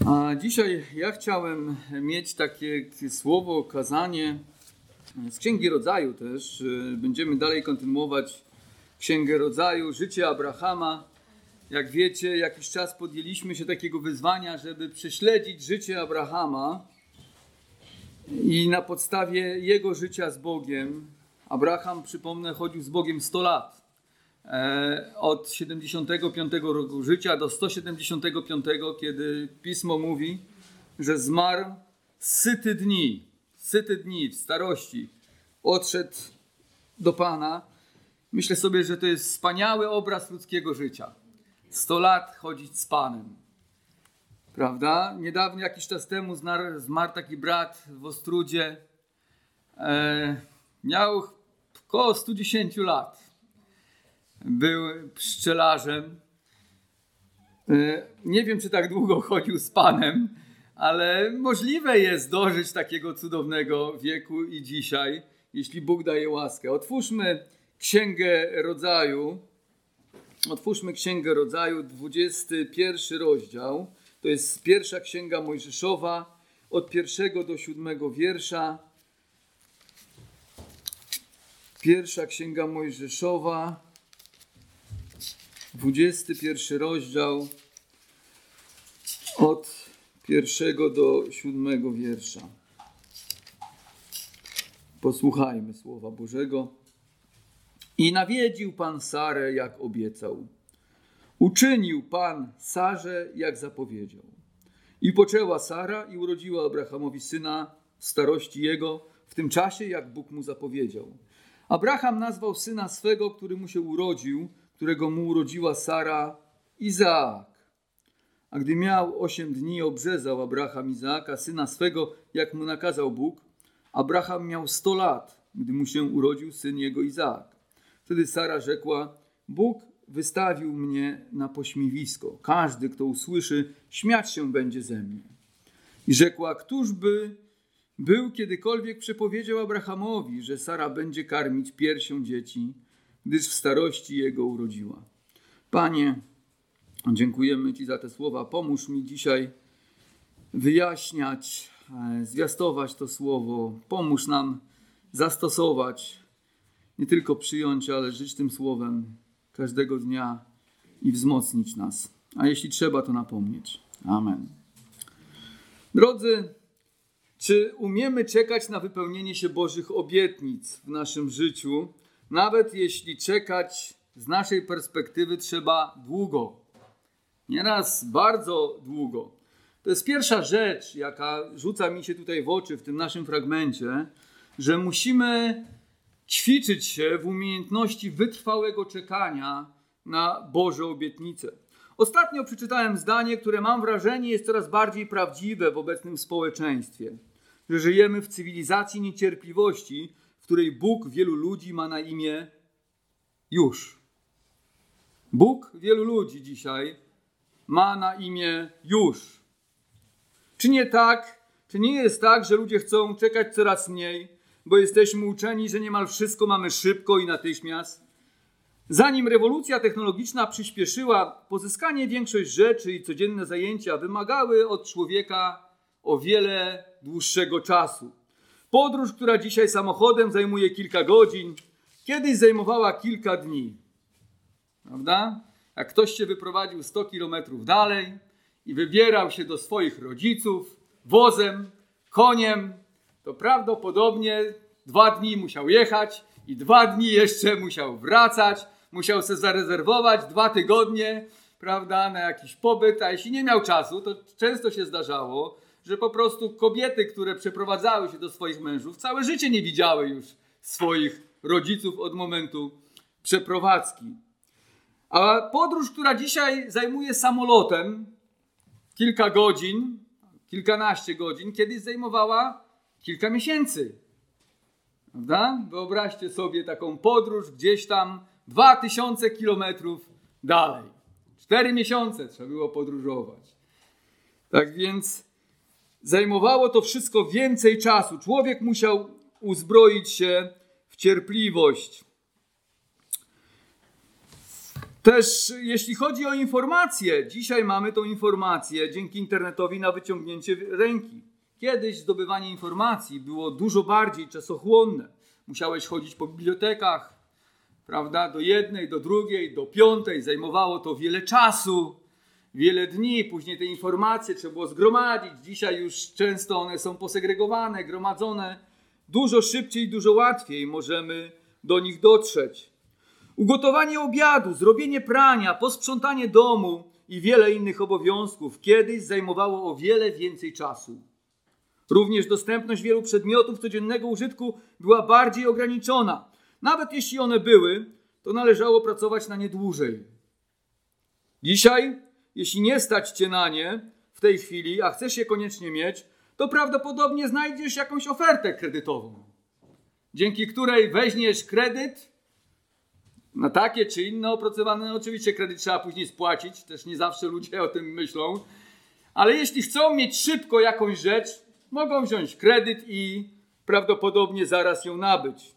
A dzisiaj ja chciałem mieć takie słowo, kazanie z Księgi Rodzaju też. Będziemy dalej kontynuować Księgę Rodzaju, życie Abrahama. Jak wiecie, jakiś czas podjęliśmy się takiego wyzwania, żeby prześledzić życie Abrahama i na podstawie jego życia z Bogiem. Abraham, przypomnę, chodził z Bogiem 100 lat. Od 75 roku życia do 175, kiedy Pismo mówi, że zmarł syty dni w starości, odszedł do Pana. Myślę sobie, że to jest wspaniały obraz ludzkiego życia. 100 lat chodzić z Panem. Prawda? Niedawno, jakiś czas temu zmarł taki brat w Ostródzie. Miał około 110 lat. Był pszczelarzem. Nie wiem, czy tak długo chodził z Panem, ale możliwe jest dożyć takiego cudownego wieku i dzisiaj, jeśli Bóg daje łaskę. Otwórzmy Księgę Rodzaju. 21 rozdział. To jest pierwsza Księga Mojżeszowa, od 1 do 7 wiersza. Pierwsza Księga Mojżeszowa, 21 rozdział, od 1 do 7 wiersza. Posłuchajmy Słowa Bożego. I nawiedził Pan Sarę, jak obiecał. Uczynił Pan Sarze, jak zapowiedział. I poczęła Sara i urodziła Abrahamowi syna w starości jego, w tym czasie, jak Bóg mu zapowiedział. Abraham nazwał syna swego, który mu się urodził, którego mu urodziła Sara, Izaak. A gdy miał 8 dni, obrzezał Abraham Izaaka, syna swego, jak mu nakazał Bóg. Abraham miał 100 lat, gdy mu się urodził syn jego Izaak. Wtedy Sara rzekła: Bóg wystawił mnie na pośmiewisko. Każdy, kto usłyszy, śmiać się będzie ze mnie. I rzekła: Któż by był kiedykolwiek przepowiedział Abrahamowi, że Sara będzie karmić piersią dzieci, gdyż w starości jego urodziła. Panie, dziękujemy Ci za te słowa. Pomóż mi dzisiaj wyjaśniać, zwiastować to słowo. Pomóż nam zastosować, nie tylko przyjąć, ale żyć tym słowem każdego dnia i wzmocnić nas. A jeśli trzeba, to napomnieć. Amen. Drodzy, czy umiemy czekać na wypełnienie się Bożych obietnic w naszym życiu? Nawet jeśli czekać z naszej perspektywy trzeba długo. Nieraz bardzo długo. To jest pierwsza rzecz, jaka rzuca mi się tutaj w oczy w tym naszym fragmencie, że musimy ćwiczyć się w umiejętności wytrwałego czekania na Boże obietnice. Ostatnio przeczytałem zdanie, które mam wrażenie jest coraz bardziej prawdziwe w obecnym społeczeństwie. Że żyjemy w cywilizacji niecierpliwości, w której Bóg wielu ludzi ma na imię już. Bóg wielu ludzi dzisiaj ma na imię już. Czy nie tak? Czy nie jest tak, że ludzie chcą czekać coraz mniej, bo jesteśmy uczeni, że niemal wszystko mamy szybko i natychmiast? Zanim rewolucja technologiczna przyspieszyła, pozyskanie większość rzeczy i codzienne zajęcia wymagały od człowieka o wiele dłuższego czasu. Podróż, która dzisiaj samochodem zajmuje kilka godzin, kiedyś zajmowała kilka dni. Prawda? Jak ktoś się wyprowadził 100 kilometrów dalej i wybierał się do swoich rodziców wozem, koniem, to prawdopodobnie 2 dni musiał jechać i 2 dni jeszcze musiał wracać. Musiał sobie zarezerwować 2 tygodnie, prawda, na jakiś pobyt, a jeśli nie miał czasu, to często się zdarzało, że po prostu kobiety, które przeprowadzały się do swoich mężów, całe życie nie widziały już swoich rodziców od momentu przeprowadzki. A podróż, która dzisiaj zajmuje samolotem kilka godzin, kilkanaście godzin, kiedyś zajmowała kilka miesięcy. Prawda? Wyobraźcie sobie taką podróż gdzieś tam 2000 kilometrów dalej. 4 miesiące trzeba było podróżować. Tak więc zajmowało to wszystko więcej czasu. Człowiek musiał uzbroić się w cierpliwość. Też jeśli chodzi o informacje, dzisiaj mamy tą informację dzięki internetowi na wyciągnięcie ręki. Kiedyś zdobywanie informacji było dużo bardziej czasochłonne. Musiałeś chodzić po bibliotekach, prawda, do jednej, do drugiej, do piątej. Zajmowało to wiele czasu, wiele dni. Później te informacje trzeba było zgromadzić. Dzisiaj już często one są posegregowane, gromadzone. Dużo szybciej, dużo łatwiej możemy do nich dotrzeć. Ugotowanie obiadu, zrobienie prania, posprzątanie domu i wiele innych obowiązków kiedyś zajmowało o wiele więcej czasu. Również dostępność wielu przedmiotów codziennego użytku była bardziej ograniczona. Nawet jeśli one były, to należało pracować na nie dłużej. Dzisiaj, jeśli nie stać cię na nie w tej chwili, a chcesz je koniecznie mieć, to prawdopodobnie znajdziesz jakąś ofertę kredytową, dzięki której weźmiesz kredyt na takie czy inne opracowane. Oczywiście kredyt trzeba później spłacić, też nie zawsze ludzie o tym myślą, ale jeśli chcą mieć szybko jakąś rzecz, mogą wziąć kredyt i prawdopodobnie zaraz ją nabyć.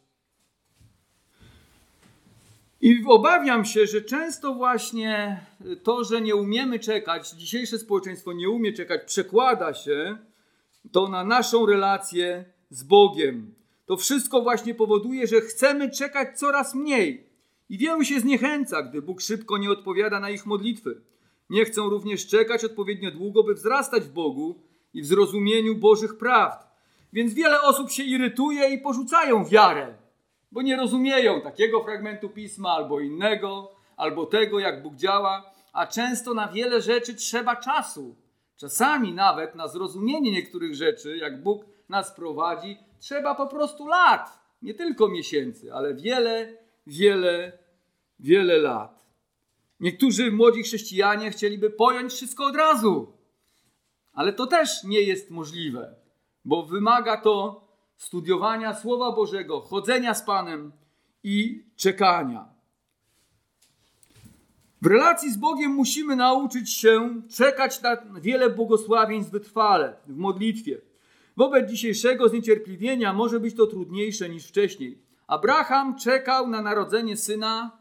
I obawiam się, że często właśnie to, że nie umiemy czekać, dzisiejsze społeczeństwo nie umie czekać, przekłada się to na naszą relację z Bogiem. To wszystko właśnie powoduje, że chcemy czekać coraz mniej. I wielu się zniechęca, gdy Bóg szybko nie odpowiada na ich modlitwy. Nie chcą również czekać odpowiednio długo, by wzrastać w Bogu i w zrozumieniu Bożych prawd. Więc wiele osób się irytuje i porzucają wiarę, bo nie rozumieją takiego fragmentu Pisma albo innego, albo tego, jak Bóg działa, a często na wiele rzeczy trzeba czasu. Czasami nawet na zrozumienie niektórych rzeczy, jak Bóg nas prowadzi, trzeba po prostu lat, nie tylko miesięcy, ale wiele lat. Niektórzy młodzi chrześcijanie chcieliby pojąć wszystko od razu, ale to też nie jest możliwe, bo wymaga to studiowania Słowa Bożego, chodzenia z Panem i czekania. W relacji z Bogiem musimy nauczyć się czekać na wiele błogosławieństw wytrwale w modlitwie. Wobec dzisiejszego zniecierpliwienia może być to trudniejsze niż wcześniej. Abraham czekał na narodzenie syna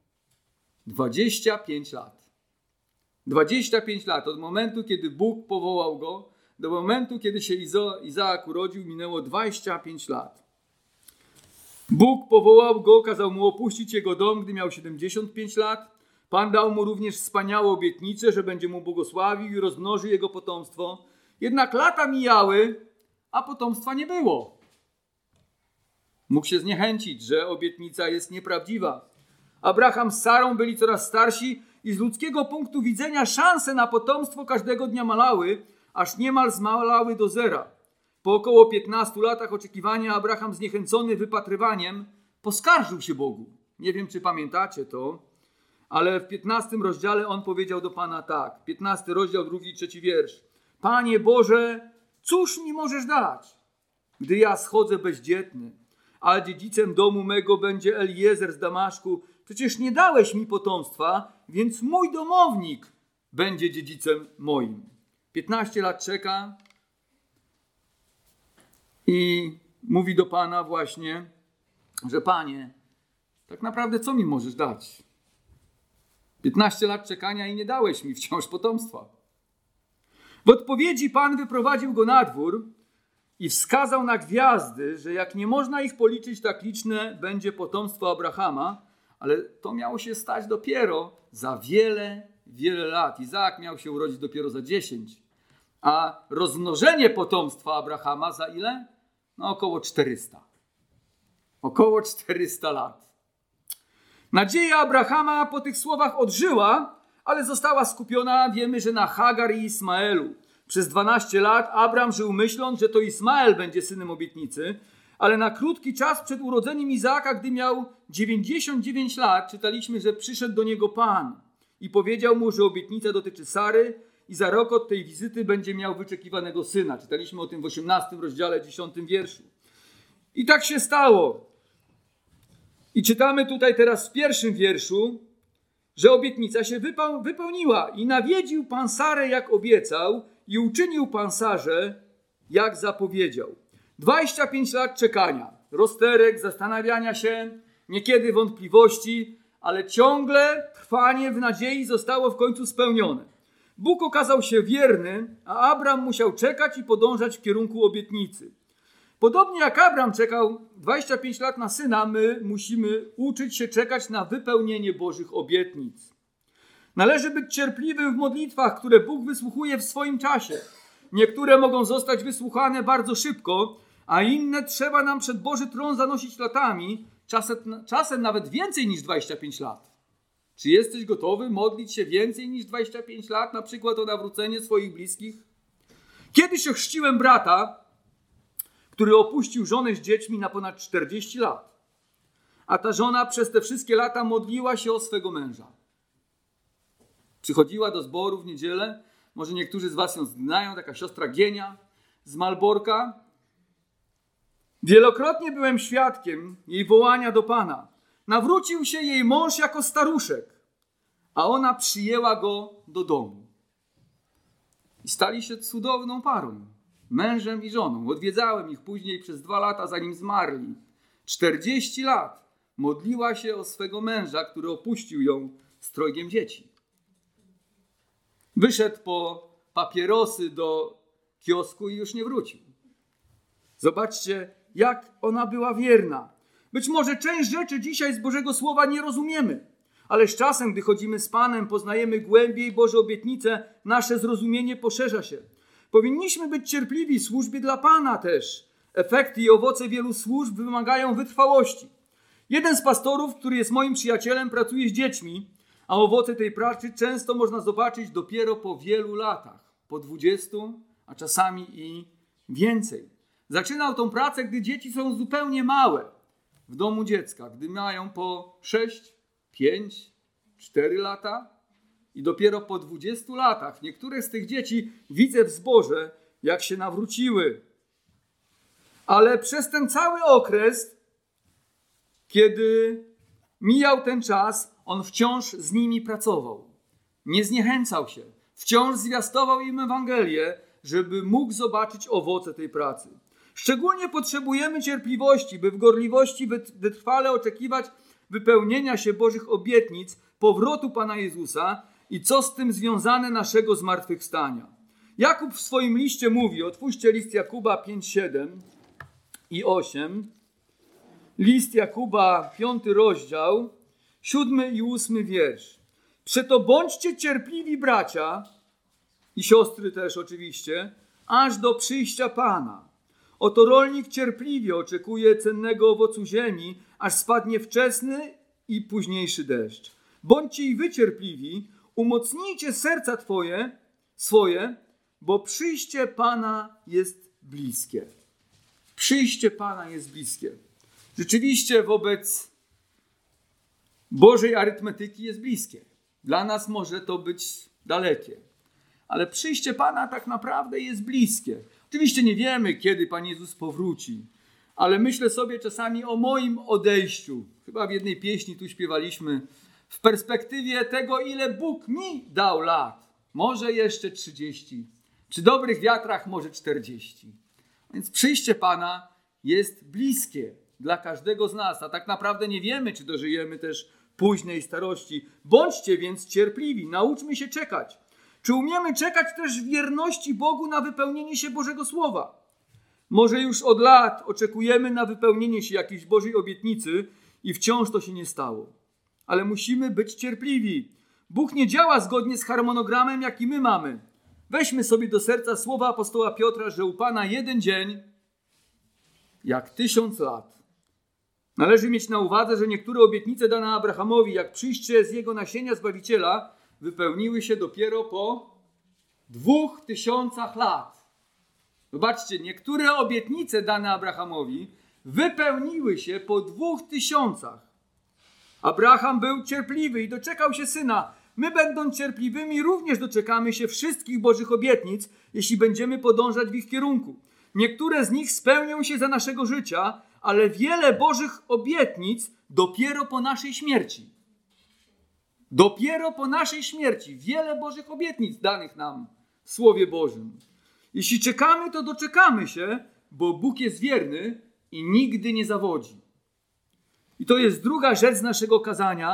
25 lat. 25 lat. Od momentu, kiedy Bóg powołał go, do momentu, kiedy się Izaak urodził, minęło 25 lat. Bóg powołał go, kazał mu opuścić jego dom, gdy miał 75 lat. Pan dał mu również wspaniałą obietnicę, że będzie mu błogosławił i rozmnożył jego potomstwo. Jednak lata mijały, a potomstwa nie było. Mógł się zniechęcić, że obietnica jest nieprawdziwa. Abraham z Sarą byli coraz starsi i z ludzkiego punktu widzenia szanse na potomstwo każdego dnia malały, aż niemal zmalały do zera. Po około 15 latach oczekiwania Abraham, zniechęcony wypatrywaniem, poskarżył się Bogu. Nie wiem, czy pamiętacie to, ale w 15 rozdziale on powiedział do Pana tak. 15 rozdział, 2 i 3 wiersz. Panie Boże, cóż mi możesz dać, gdy ja schodzę bezdzietny, a dziedzicem domu mego będzie Eliezer z Damaszku? Przecież nie dałeś mi potomstwa, więc mój domownik będzie dziedzicem moim. 15 lat czeka i mówi do Pana właśnie, że Panie, tak naprawdę co mi możesz dać? 15 lat czekania i nie dałeś mi wciąż potomstwa. W odpowiedzi Pan wyprowadził go na dwór i wskazał na gwiazdy, że jak nie można ich policzyć, tak liczne będzie potomstwo Abrahama, ale to miało się stać dopiero za wiele lat. Izaak miał się urodzić dopiero za 10, a rozmnożenie potomstwa Abrahama za ile? No około 400. Około 400 lat. Nadzieja Abrahama po tych słowach odżyła, ale została skupiona, wiemy, że na Hagar i Ismaelu. Przez 12 lat Abram żył myśląc, że to Ismael będzie synem obietnicy, ale na krótki czas przed urodzeniem Izaaka, gdy miał 99 lat, czytaliśmy, że przyszedł do niego Pan i powiedział mu, że obietnica dotyczy Sary i za rok od tej wizyty będzie miał wyczekiwanego syna. Czytaliśmy o tym w 18 rozdziale, 10 wierszu. I tak się stało. I czytamy tutaj teraz w 1 wierszu, że obietnica się wypełniła i nawiedził Pan Sarę, jak obiecał, i uczynił Pan Sarze, jak zapowiedział. 25 lat czekania, rozterek, zastanawiania się, niekiedy wątpliwości, ale ciągle trwanie w nadziei zostało w końcu spełnione. Bóg okazał się wierny, a Abram musiał czekać i podążać w kierunku obietnicy. Podobnie jak Abram czekał 25 lat na syna, my musimy uczyć się czekać na wypełnienie Bożych obietnic. Należy być cierpliwym w modlitwach, które Bóg wysłuchuje w swoim czasie. Niektóre mogą zostać wysłuchane bardzo szybko, a inne trzeba nam przed Boży tron zanosić latami, czasem nawet więcej niż 25 lat. Czy jesteś gotowy modlić się więcej niż 25 lat, na przykład o nawrócenie swoich bliskich? Kiedyś ochrzciłem brata, który opuścił żonę z dziećmi na ponad 40 lat. A ta żona przez te wszystkie lata modliła się o swego męża. Przychodziła do zboru w niedzielę. Może niektórzy z was ją znają, taka siostra Gienia z Malborka. Wielokrotnie byłem świadkiem jej wołania do Pana. Nawrócił się jej mąż jako staruszek, a ona przyjęła go do domu. I stali się cudowną parą, mężem i żoną. Odwiedzałem ich później przez 2 lata, zanim zmarli. 40 lat modliła się o swego męża, który opuścił ją z 3 dzieci. Wyszedł po papierosy do kiosku i już nie wrócił. Zobaczcie, jak ona była wierna. Być może część rzeczy dzisiaj z Bożego Słowa nie rozumiemy, ale z czasem, gdy chodzimy z Panem, poznajemy głębiej Boże obietnice, nasze zrozumienie poszerza się. Powinniśmy być cierpliwi w służbie dla Pana też. Efekty i owoce wielu służb wymagają wytrwałości. Jeden z pastorów, który jest moim przyjacielem, pracuje z dziećmi, a owoce tej pracy często można zobaczyć dopiero po wielu latach. Po 20, a czasami i więcej. Zaczynał tą pracę, gdy dzieci są zupełnie małe w domu dziecka, gdy mają po 6, 5, 4 lata i dopiero po 20 latach niektóre z tych dzieci widzę w zborze, jak się nawróciły. Ale przez ten cały okres, kiedy mijał ten czas, on wciąż z nimi pracował. Nie zniechęcał się. Wciąż zwiastował im Ewangelię, żeby mógł zobaczyć owoce tej pracy. Szczególnie potrzebujemy cierpliwości, by w gorliwości wytrwale oczekiwać wypełnienia się Bożych obietnic, powrotu Pana Jezusa i co z tym związane naszego zmartwychwstania. Jakub w swoim liście mówi, otwórzcie list Jakuba 5, 7 i 8. List Jakuba, 5 rozdział, 7 i 8 wiersz. Przeto bądźcie cierpliwi, bracia i siostry też oczywiście, aż do przyjścia Pana. Oto rolnik cierpliwie oczekuje cennego owocu ziemi, aż spadnie wczesny i późniejszy deszcz. Bądźcie i wy cierpliwi, umocnijcie serca swoje, bo przyjście Pana jest bliskie. Przyjście Pana jest bliskie. Rzeczywiście wobec Bożej arytmetyki jest bliskie. Dla nas może to być dalekie. Ale przyjście Pana tak naprawdę jest bliskie. Oczywiście nie wiemy, kiedy Pan Jezus powróci, ale myślę sobie czasami o moim odejściu. Chyba w jednej pieśni tu śpiewaliśmy. W perspektywie tego, ile Bóg mi dał lat. Może jeszcze 30. Przy dobrych wiatrach może 40. Więc przyjście Pana jest bliskie dla każdego z nas. A tak naprawdę nie wiemy, czy dożyjemy też późnej starości. Bądźcie więc cierpliwi. Nauczmy się czekać. Czy umiemy czekać też w wierności Bogu na wypełnienie się Bożego Słowa? Może już od lat oczekujemy na wypełnienie się jakiejś Bożej obietnicy i wciąż to się nie stało. Ale musimy być cierpliwi. Bóg nie działa zgodnie z harmonogramem, jaki my mamy. Weźmy sobie do serca słowa apostoła Piotra, że u Pana jeden dzień jak 1000 lat. Należy mieć na uwadze, że niektóre obietnice dane Abrahamowi, jak przyjście z jego nasienia Zbawiciela, wypełniły się dopiero po 2000 lat. Zobaczcie, niektóre obietnice dane Abrahamowi wypełniły się po 2000. Abraham był cierpliwy i doczekał się syna. My, będąc cierpliwymi, również doczekamy się wszystkich Bożych obietnic, jeśli będziemy podążać w ich kierunku. Niektóre z nich spełnią się za naszego życia, ale wiele Bożych obietnic dopiero po naszej śmierci. Dopiero po naszej śmierci. Wiele Bożych obietnic danych nam w Słowie Bożym. Jeśli czekamy, to doczekamy się, bo Bóg jest wierny i nigdy nie zawodzi. I to jest druga rzecz z naszego kazania,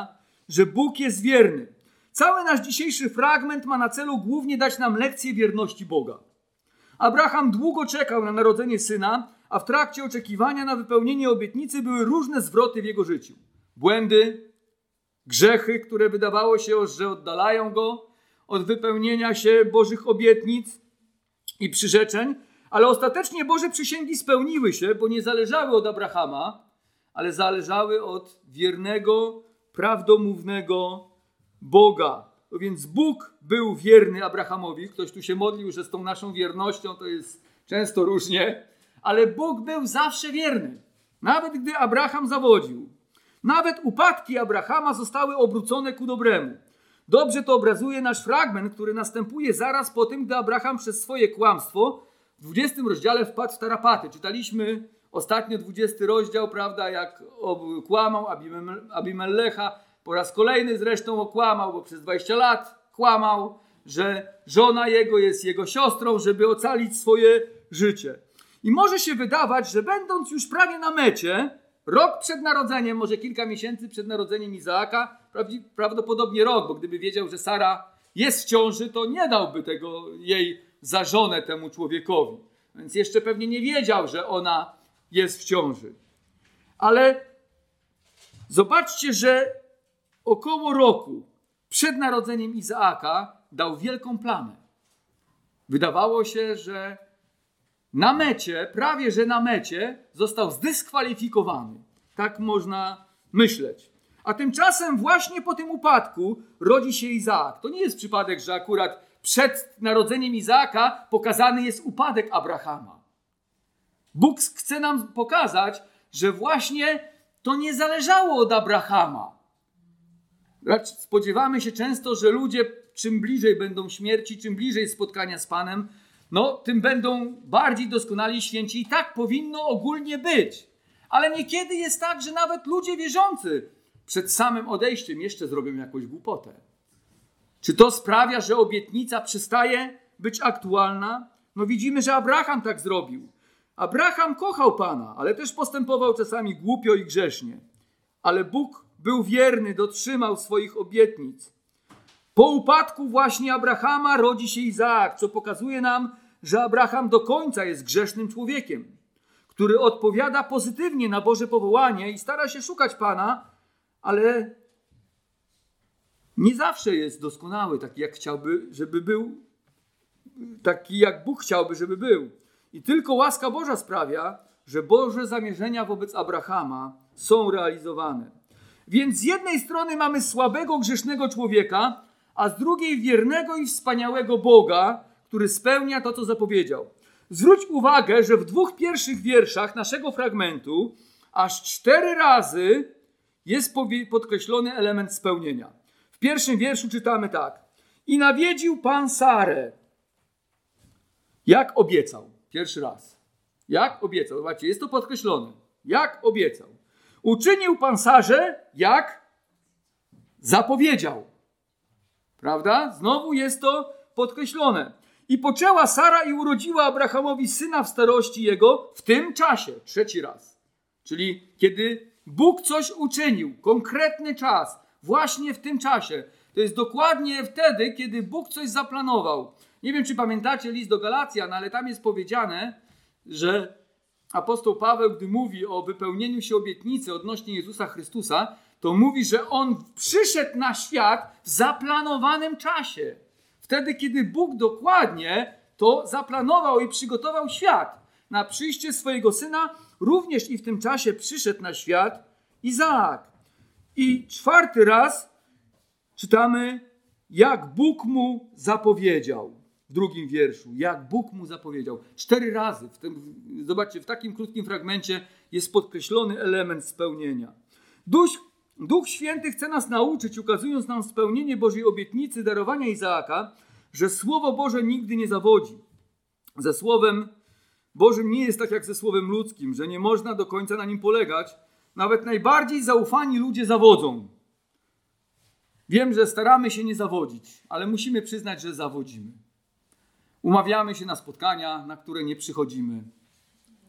że Bóg jest wierny. Cały nasz dzisiejszy fragment ma na celu głównie dać nam lekcję wierności Boga. Abraham długo czekał na narodzenie syna, a w trakcie oczekiwania na wypełnienie obietnicy były różne zwroty w jego życiu. Błędy, grzechy, które wydawało się, że oddalają go od wypełnienia się Bożych obietnic i przyrzeczeń, ale ostatecznie Boże przysięgi spełniły się, bo nie zależały od Abrahama, ale zależały od wiernego, prawdomównego Boga. No więc Bóg był wierny Abrahamowi. Ktoś tu się modlił, że z tą naszą wiernością to jest często różnie, ale Bóg był zawsze wierny. Nawet gdy Abraham zawodził. Nawet upadki Abrahama zostały obrócone ku dobremu. Dobrze to obrazuje nasz fragment, który następuje zaraz po tym, gdy Abraham przez swoje kłamstwo w 20 rozdziale wpadł w tarapaty. Czytaliśmy ostatnio 20 rozdział, prawda, jak kłamał Abimelecha. Po raz kolejny zresztą okłamał, bo przez 20 lat kłamał, że żona jego jest jego siostrą, żeby ocalić swoje życie. I może się wydawać, że będąc już prawie na mecie, rok przed narodzeniem, może kilka miesięcy przed narodzeniem Izaaka, prawdopodobnie rok, bo gdyby wiedział, że Sara jest w ciąży, to nie dałby tego jej za żonę temu człowiekowi. Więc jeszcze pewnie nie wiedział, że ona jest w ciąży. Ale zobaczcie, że około roku przed narodzeniem Izaaka dał wielką plamę. Wydawało się, że na mecie, prawie że na mecie, został zdyskwalifikowany. Tak można myśleć. A tymczasem właśnie po tym upadku rodzi się Izaak. To nie jest przypadek, że akurat przed narodzeniem Izaaka pokazany jest upadek Abrahama. Bóg chce nam pokazać, że właśnie to nie zależało od Abrahama. Spodziewamy się często, że ludzie czym bliżej będą śmierci, czym bliżej spotkania z Panem, tym będą bardziej doskonali święci. I tak powinno ogólnie być. Ale niekiedy jest tak, że nawet ludzie wierzący przed samym odejściem jeszcze zrobią jakąś głupotę. Czy to sprawia, że obietnica przestaje być aktualna? Widzimy, że Abraham tak zrobił. Abraham kochał Pana, ale też postępował czasami głupio i grzesznie. Ale Bóg był wierny, dotrzymał swoich obietnic. Po upadku właśnie Abrahama rodzi się Izaak, co pokazuje nam, że Abraham do końca jest grzesznym człowiekiem, który odpowiada pozytywnie na Boże powołanie i stara się szukać Pana, ale nie zawsze jest doskonały, taki jak chciałby, żeby był, taki jak Bóg chciałby, żeby był. I tylko łaska Boża sprawia, że Boże zamierzenia wobec Abrahama są realizowane. Więc z jednej strony mamy słabego, grzesznego człowieka, a z drugiej wiernego i wspaniałego Boga, który spełnia to, co zapowiedział. Zwróć uwagę, że w 2 pierwszych wierszach naszego fragmentu aż 4 razy jest podkreślony element spełnienia. W pierwszym wierszu czytamy tak. I nawiedził Pan Sarę, jak obiecał. Pierwszy raz. Jak obiecał. Zobaczcie, jest to podkreślone. Jak obiecał. Uczynił Pan Sarze, jak zapowiedział. Prawda? Znowu jest to podkreślone. I poczęła Sara i urodziła Abrahamowi syna w starości jego w tym czasie. 3 raz. Czyli kiedy Bóg coś uczynił, konkretny czas, właśnie w tym czasie. To jest dokładnie wtedy, kiedy Bóg coś zaplanował. Nie wiem, czy pamiętacie list do Galacjan, ale tam jest powiedziane, że apostoł Paweł, gdy mówi o wypełnieniu się obietnicy odnośnie Jezusa Chrystusa, to mówi, że On przyszedł na świat w zaplanowanym czasie. Wtedy, kiedy Bóg dokładnie to zaplanował i przygotował świat na przyjście swojego Syna, również i w tym czasie przyszedł na świat Izaak. I 4 raz czytamy, jak Bóg mu zapowiedział. W 2 wierszu, jak Bóg mu zapowiedział. 4 razy. Zobaczcie, w takim krótkim fragmencie jest podkreślony element spełnienia. Duch Święty chce nas nauczyć, ukazując nam spełnienie Bożej obietnicy darowania Izaaka, że Słowo Boże nigdy nie zawodzi. Ze Słowem Bożym nie jest tak jak ze Słowem ludzkim, że nie można do końca na nim polegać. Nawet najbardziej zaufani ludzie zawodzą. Wiem, że staramy się nie zawodzić, ale musimy przyznać, że zawodzimy. Umawiamy się na spotkania, na które nie przychodzimy.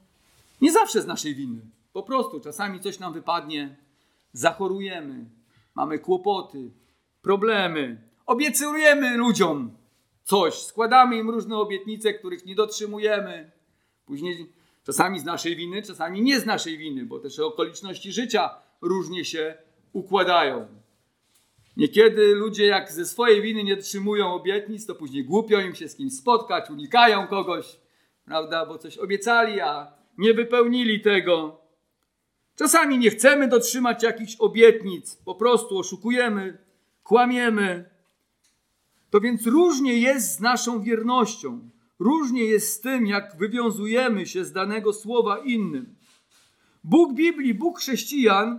Nie zawsze z naszej winy. Po prostu czasami coś nam wypadnie, zachorujemy, mamy kłopoty, problemy, obiecujemy ludziom coś, składamy im różne obietnice, których nie dotrzymujemy. Później czasami z naszej winy, czasami nie z naszej winy, bo też okoliczności życia różnie się układają. Niekiedy ludzie jak ze swojej winy nie dotrzymują obietnic, to później głupio im się z kimś spotkać, unikają kogoś, prawda, bo coś obiecali, a nie wypełnili tego. Czasami nie chcemy dotrzymać jakichś obietnic, po prostu oszukujemy, kłamiemy. To więc różnie jest z naszą wiernością. Różnie jest z tym, jak wywiązujemy się z danego słowa innym. Bóg Biblii, Bóg chrześcijan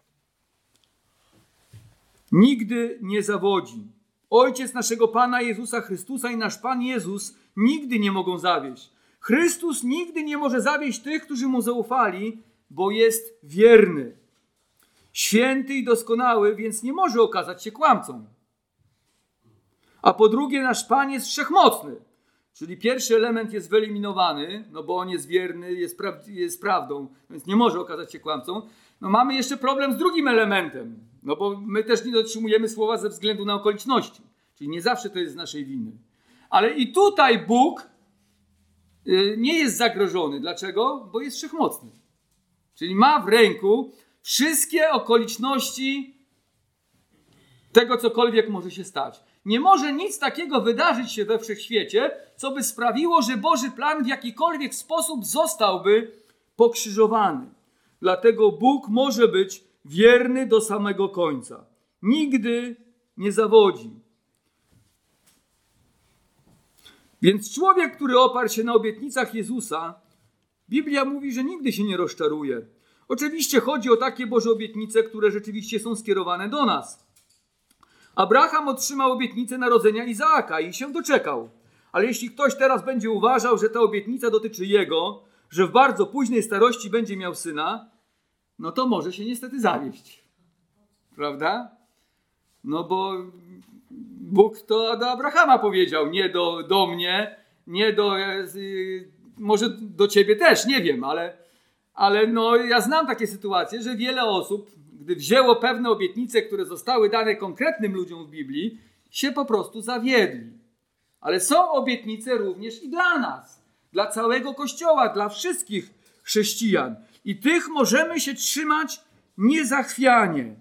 nigdy nie zawodzi. Ojciec naszego Pana Jezusa Chrystusa i nasz Pan Jezus nigdy nie mogą zawieść. Chrystus nigdy nie może zawieść tych, którzy Mu zaufali, bo jest wierny. Święty i doskonały, więc nie może okazać się kłamcą. A po drugie, nasz Pan jest wszechmocny. Czyli pierwszy element jest wyeliminowany, no bo On jest wierny, jest prawdą, więc nie może okazać się kłamcą. No mamy jeszcze problem z drugim elementem, no bo my też nie dotrzymujemy słowa ze względu na okoliczności. Czyli nie zawsze to jest z naszej winy. Ale i tutaj Bóg nie jest zagrożony. Dlaczego? Bo jest wszechmocny. Czyli ma w ręku wszystkie okoliczności tego, cokolwiek może się stać. Nie może nic takiego wydarzyć się we wszechświecie, co by sprawiło, że Boży plan w jakikolwiek sposób zostałby pokrzyżowany. Dlatego Bóg może być wierny do samego końca. Nigdy nie zawodzi. Więc człowiek, który oparł się na obietnicach Jezusa, Biblia mówi, że nigdy się nie rozczaruje. Oczywiście chodzi o takie Boże obietnice, które rzeczywiście są skierowane do nas. Abraham otrzymał obietnicę narodzenia Izaaka i się doczekał. Ale jeśli ktoś teraz będzie uważał, że ta obietnica dotyczy jego, że w bardzo późnej starości będzie miał syna, no to może się niestety zawieść. Prawda? No bo Bóg to do Abrahama powiedział, nie do mnie, nie do... może do ciebie też, nie wiem, ale no ja znam takie sytuacje, że wiele osób, gdy wzięło pewne obietnice, które zostały dane konkretnym ludziom w Biblii, się po prostu zawiedli. Ale są obietnice również i dla nas, dla całego Kościoła, dla wszystkich chrześcijan. I tych możemy się trzymać niezachwianie.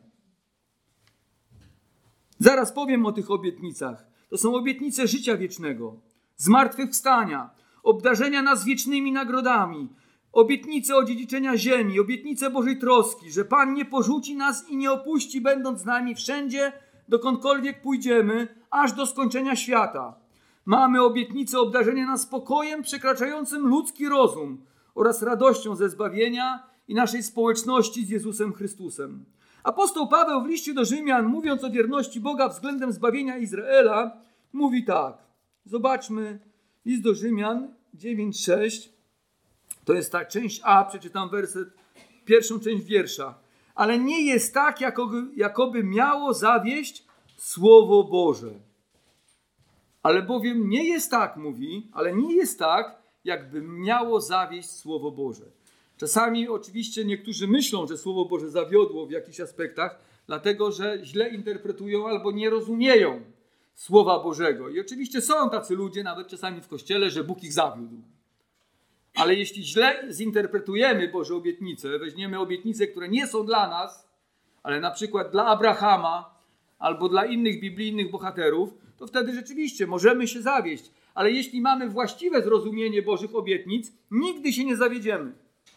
Zaraz powiem o tych obietnicach. To są obietnice życia wiecznego, zmartwychwstania, obdarzenia nas wiecznymi nagrodami, obietnice odziedziczenia ziemi, obietnice Bożej troski, że Pan nie porzuci nas i nie opuści, będąc z nami wszędzie, dokądkolwiek pójdziemy, aż do skończenia świata. Mamy obietnicę obdarzenia nas spokojem przekraczającym ludzki rozum oraz radością ze zbawienia i naszej społeczności z Jezusem Chrystusem. Apostoł Paweł w liście do Rzymian, mówiąc o wierności Boga względem zbawienia Izraela, mówi tak. Zobaczmy, list do Rzymian 9:6. To jest ta część A, przeczytam pierwszą część wiersza. Ale nie jest tak, jakoby miało zawieść Słowo Boże. Ale bowiem nie jest tak, mówi, ale nie jest tak, jakby miało zawieść Słowo Boże. Czasami oczywiście niektórzy myślą, że Słowo Boże zawiodło w jakichś aspektach, dlatego że źle interpretują albo nie rozumieją Słowa Bożego. I oczywiście są tacy ludzie, nawet czasami w Kościele, że Bóg ich zawiódł. Ale jeśli źle zinterpretujemy Boże obietnice, weźmiemy obietnice, które nie są dla nas, ale na przykład dla Abrahama albo dla innych biblijnych bohaterów, to wtedy rzeczywiście możemy się zawieść. Ale jeśli mamy właściwe zrozumienie Bożych obietnic, nigdy się nie zawiedziemy.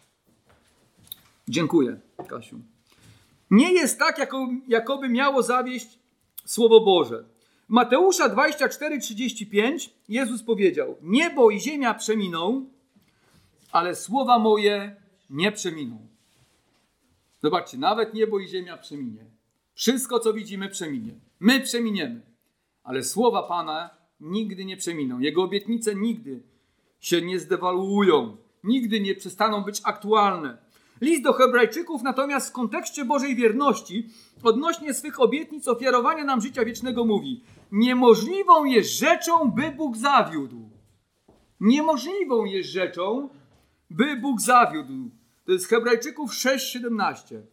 Dziękuję, Kasiu. Nie jest tak, jakoby miało zawieść Słowo Boże. W Mateusza 24:35 Jezus powiedział: niebo i ziemia przeminą, ale słowa moje nie przeminą. Zobaczcie, nawet niebo i ziemia przeminie. Wszystko, co widzimy, przeminie. My przeminiemy. Ale słowa Pana nigdy nie przeminą. Jego obietnice nigdy się nie zdewaluują. Nigdy nie przestaną być aktualne. List do Hebrajczyków natomiast w kontekście Bożej wierności odnośnie swych obietnic ofiarowania nam życia wiecznego mówi: niemożliwą jest rzeczą, by Bóg zawiódł. Niemożliwą jest rzeczą, by Bóg zawiódł. To jest Hebrajczyków 6:17.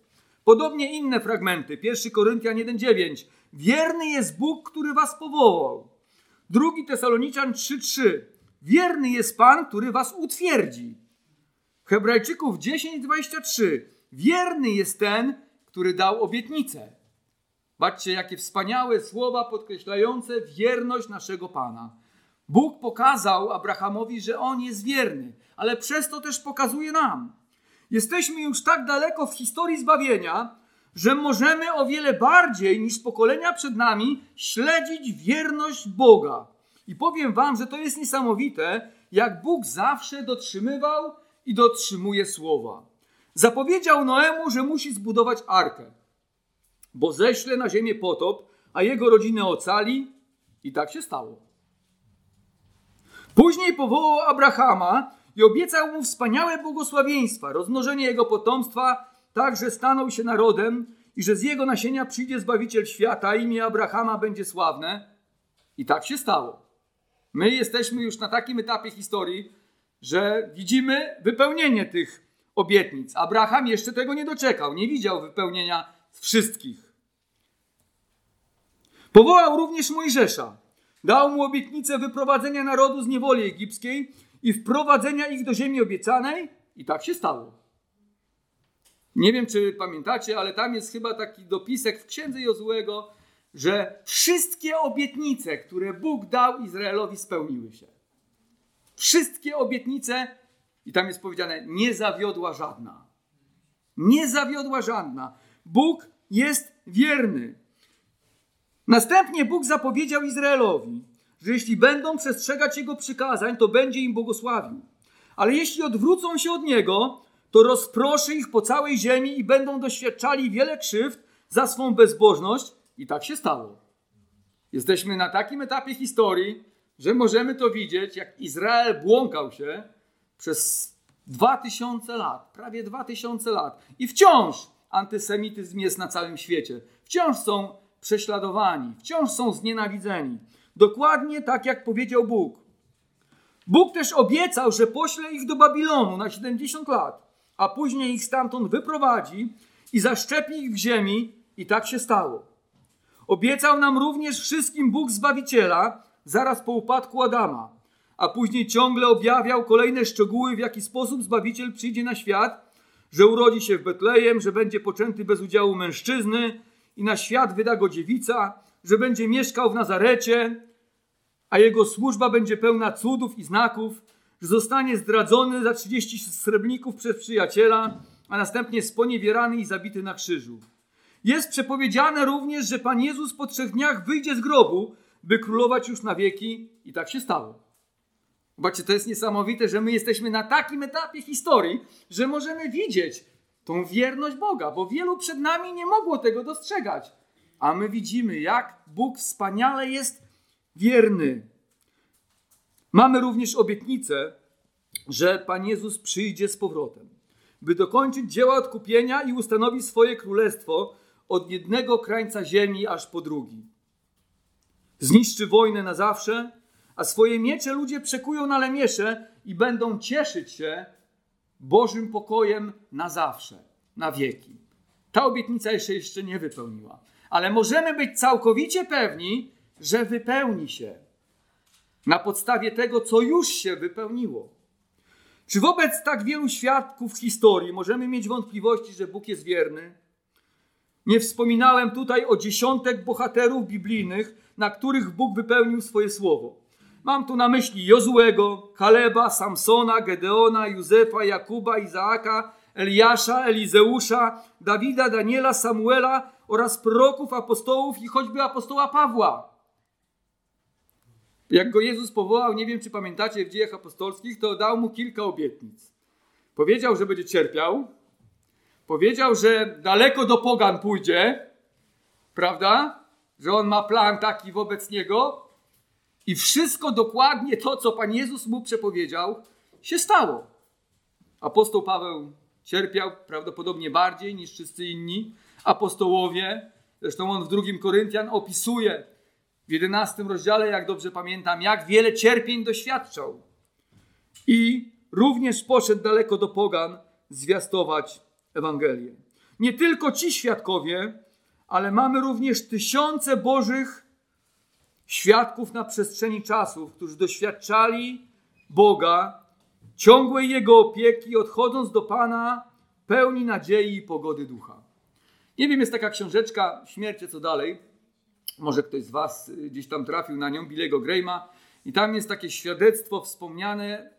Podobnie inne fragmenty. 1 Koryntian 1,9. Wierny jest Bóg, który was powołał. 2 Tesaloniczan 3,3. Wierny jest Pan, który was utwierdzi. Hebrajczyków 10,23. Wierny jest ten, który dał obietnicę. Patrzcie, jakie wspaniałe słowa podkreślające wierność naszego Pana. Bóg pokazał Abrahamowi, że on jest wierny, ale przez to też pokazuje nam. Jesteśmy już tak daleko w historii zbawienia, że możemy o wiele bardziej niż pokolenia przed nami śledzić wierność Boga. I powiem wam, że to jest niesamowite, jak Bóg zawsze dotrzymywał i dotrzymuje słowa. Zapowiedział Noemu, że musi zbudować arkę, bo ześle na ziemię potop, a jego rodzinę ocali, i tak się stało. Później powołał Abrahama i obiecał mu wspaniałe błogosławieństwa, rozmnożenie jego potomstwa, tak, że stanął się narodem i że z jego nasienia przyjdzie Zbawiciel świata, imię Abrahama będzie sławne. I tak się stało. My jesteśmy już na takim etapie historii, że widzimy wypełnienie tych obietnic. Abraham jeszcze tego nie doczekał, nie widział wypełnienia wszystkich. Powołał również Mojżesza. Dał mu obietnicę wyprowadzenia narodu z niewoli egipskiej i wprowadzenia ich do ziemi obiecanej. I tak się stało. Nie wiem, czy pamiętacie, ale tam jest chyba taki dopisek w Księdze Jozuego, że wszystkie obietnice, które Bóg dał Izraelowi, spełniły się. Wszystkie obietnice, i tam jest powiedziane, nie zawiodła żadna. Nie zawiodła żadna. Bóg jest wierny. Następnie Bóg zapowiedział Izraelowi, że jeśli będą przestrzegać Jego przykazań, to będzie im błogosławił. Ale jeśli odwrócą się od Niego, to rozproszy ich po całej ziemi i będą doświadczali wiele krzywd za swą bezbożność. I tak się stało. Jesteśmy na takim etapie historii, że możemy to widzieć, jak Izrael błąkał się przez 2000 lat, prawie 2000 lat. I wciąż antysemityzm jest na całym świecie. Wciąż są prześladowani, wciąż są znienawidzeni. Dokładnie tak, jak powiedział Bóg. Bóg też obiecał, że pośle ich do Babilonu na 70 lat, a później ich stamtąd wyprowadzi i zaszczepi ich w ziemi. I tak się stało. Obiecał nam również wszystkim Bóg Zbawiciela zaraz po upadku Adama, a później ciągle objawiał kolejne szczegóły, w jaki sposób Zbawiciel przyjdzie na świat, że urodzi się w Betlejem, że będzie poczęty bez udziału mężczyzny i na świat wyda go dziewica, że będzie mieszkał w Nazarecie, a jego służba będzie pełna cudów i znaków, że zostanie zdradzony za 30 srebrników przez przyjaciela, a następnie sponiewierany i zabity na krzyżu. Jest przepowiedziane również, że Pan Jezus po 3 dniach wyjdzie z grobu, by królować już na wieki. I tak się stało. Zobaczcie, to jest niesamowite, że my jesteśmy na takim etapie historii, że możemy widzieć tą wierność Boga, bo wielu przed nami nie mogło tego dostrzegać. A my widzimy, jak Bóg wspaniale jest wierny. Mamy również obietnicę, że Pan Jezus przyjdzie z powrotem, by dokończyć dzieła odkupienia i ustanowi swoje królestwo od jednego krańca ziemi aż po drugi. Zniszczy wojnę na zawsze, a swoje miecze ludzie przekują na lemiesze i będą cieszyć się Bożym pokojem na zawsze, na wieki. Ta obietnica się jeszcze nie wypełniła, ale możemy być całkowicie pewni, że wypełni się na podstawie tego, co już się wypełniło. Czy wobec tak wielu świadków historii możemy mieć wątpliwości, że Bóg jest wierny? Nie wspominałem tutaj o dziesiątek bohaterów biblijnych, na których Bóg wypełnił swoje słowo. Mam tu na myśli Jozuego, Kaleba, Samsona, Gedeona, Józefa, Jakuba, Izaaka, Eliasza, Elizeusza, Dawida, Daniela, Samuela oraz proroków, apostołów i choćby apostoła Pawła. Jak go Jezus powołał, nie wiem czy pamiętacie, w Dziejach Apostolskich, to dał mu kilka obietnic. Powiedział, że będzie cierpiał. Powiedział, że daleko do pogan pójdzie. Prawda? Że on ma plan taki wobec niego. I wszystko dokładnie to, co Pan Jezus mu przepowiedział, się stało. Apostoł Paweł cierpiał prawdopodobnie bardziej niż wszyscy inni. Apostołowie, zresztą on w 2 Koryntian opisuje w 11 rozdziale, jak dobrze pamiętam, jak wiele cierpień doświadczał. I również poszedł daleko do pogan zwiastować Ewangelię. nie tylko ci świadkowie, ale mamy również tysiące Bożych świadków na przestrzeni czasów, którzy doświadczali Boga, ciągłej Jego opieki, odchodząc do Pana pełni nadziei i pogody ducha. Nie wiem, jest taka książeczka Śmiercie co dalej. Może ktoś z was gdzieś tam trafił na nią, Billy'ego Grahama. I tam jest takie świadectwo wspomniane,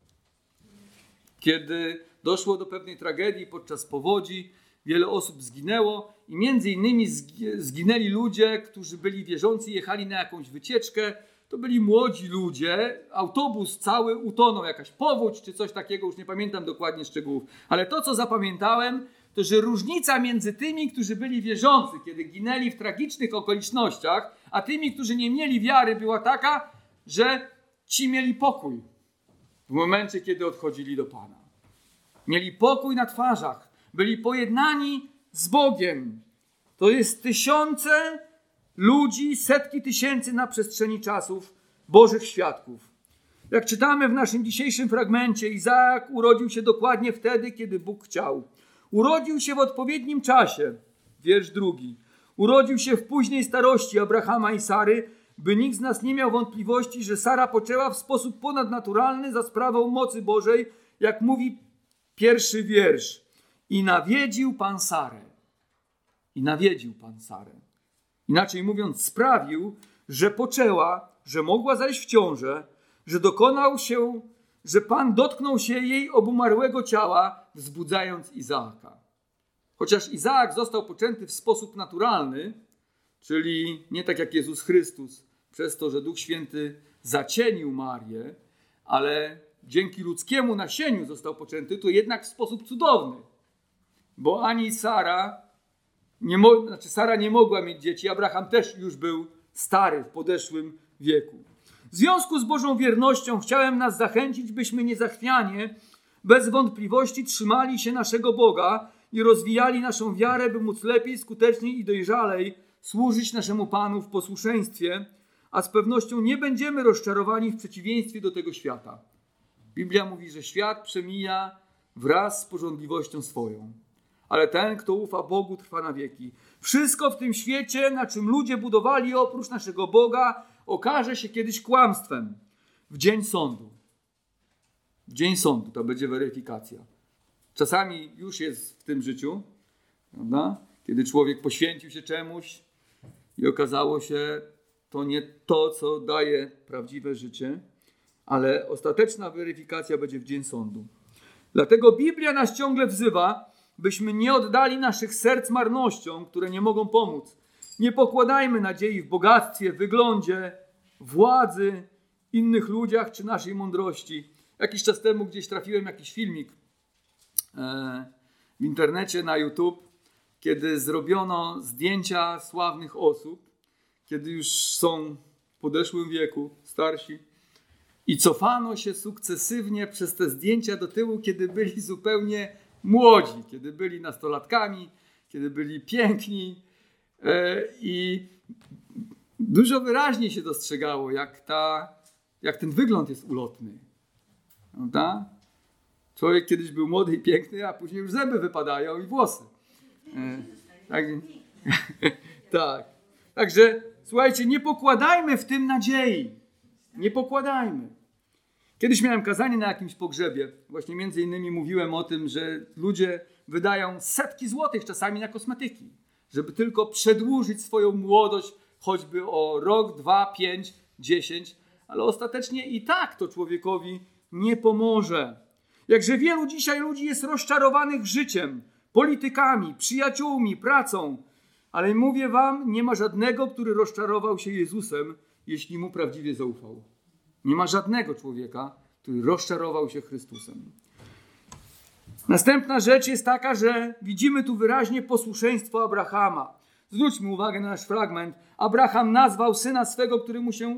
kiedy doszło do pewnej tragedii podczas powodzi. Wiele osób zginęło i między innymi zginęli ludzie, którzy byli wierzący, jechali na jakąś wycieczkę. To byli młodzi ludzie, autobus cały utonął, jakaś powódź czy coś takiego, już nie pamiętam dokładnie szczegółów. Ale to, co zapamiętałem, to że różnica między tymi, którzy byli wierzący, kiedy ginęli w tragicznych okolicznościach, a tymi, którzy nie mieli wiary, była taka, że ci mieli pokój w momencie, kiedy odchodzili do Pana. Mieli pokój na twarzach, byli pojednani z Bogiem. To jest tysiące ludzi, setki tysięcy na przestrzeni czasów, Bożych świadków. Jak czytamy w naszym dzisiejszym fragmencie, Izaak urodził się dokładnie wtedy, kiedy Bóg chciał. Urodził się w odpowiednim czasie, wiersz 2. Urodził się w późnej starości Abrahama i Sary, by nikt z nas nie miał wątpliwości, że Sara poczęła w sposób ponadnaturalny za sprawą mocy Bożej, jak mówi pierwszy wiersz. I nawiedził Pan Sarę. I nawiedził Pan Sarę. Inaczej mówiąc, sprawił, że poczęła, że mogła zajść w ciążę, że Pan dotknął się jej obumarłego ciała, wzbudzając Izaaka. Chociaż Izaak został poczęty w sposób naturalny, czyli nie tak jak Jezus Chrystus, przez to, że Duch Święty zacienił Marię, ale dzięki ludzkiemu nasieniu został poczęty, to jednak w sposób cudowny. Bo ani Sara nie mogła mieć dzieci, Abraham też już był stary, w podeszłym wieku. W związku z Bożą wiernością chciałem nas zachęcić, byśmy niezachwianie, bez wątpliwości trzymali się naszego Boga i rozwijali naszą wiarę, by móc lepiej, skuteczniej i dojrzalej służyć naszemu Panu w posłuszeństwie, a z pewnością nie będziemy rozczarowani w przeciwieństwie do tego świata. Biblia mówi, że świat przemija wraz z pożądliwością swoją, ale ten, kto ufa Bogu, trwa na wieki. Wszystko w tym świecie, na czym ludzie budowali oprócz naszego Boga, okaże się kiedyś kłamstwem. W dzień sądu. W dzień sądu to będzie weryfikacja. Czasami już jest w tym życiu, prawda? Kiedy człowiek poświęcił się czemuś i okazało się, to nie to, co daje prawdziwe życie, ale ostateczna weryfikacja będzie w dzień sądu. Dlatego Biblia nas ciągle wzywa, byśmy nie oddali naszych serc marnościom, które nie mogą pomóc. Nie pokładajmy nadziei w bogactwie, wyglądzie, władzy, innych ludziach czy naszej mądrości. Jakiś czas temu gdzieś trafiłem jakiś filmik w internecie, na YouTube, kiedy zrobiono zdjęcia sławnych osób, kiedy już są w podeszłym wieku, starsi, i cofano się sukcesywnie przez te zdjęcia do tyłu, kiedy byli zupełnie młodzi, kiedy byli nastolatkami, kiedy byli piękni, i dużo wyraźniej się dostrzegało, jak ten wygląd jest ulotny. Prawda? Człowiek kiedyś był młody i piękny, a później już zęby wypadają i włosy. Tak. Także słuchajcie, nie pokładajmy w tym nadziei. Nie pokładajmy. Kiedyś miałem kazanie na jakimś pogrzebie. Właśnie między innymi mówiłem o tym, że ludzie wydają setki złotych czasami na kosmetyki, żeby tylko przedłużyć swoją młodość choćby o rok, 2, 5, 10, ale ostatecznie i tak to człowiekowi nie pomoże. Jakże wielu dzisiaj ludzi jest rozczarowanych życiem, politykami, przyjaciółmi, pracą, ale mówię wam, nie ma żadnego, który rozczarował się Jezusem, jeśli mu prawdziwie zaufał. Nie ma żadnego człowieka, który rozczarował się Chrystusem. Następna rzecz jest taka, że widzimy tu wyraźnie posłuszeństwo Abrahama. Zwróćmy uwagę na nasz fragment. Abraham nazwał syna swego, który mu się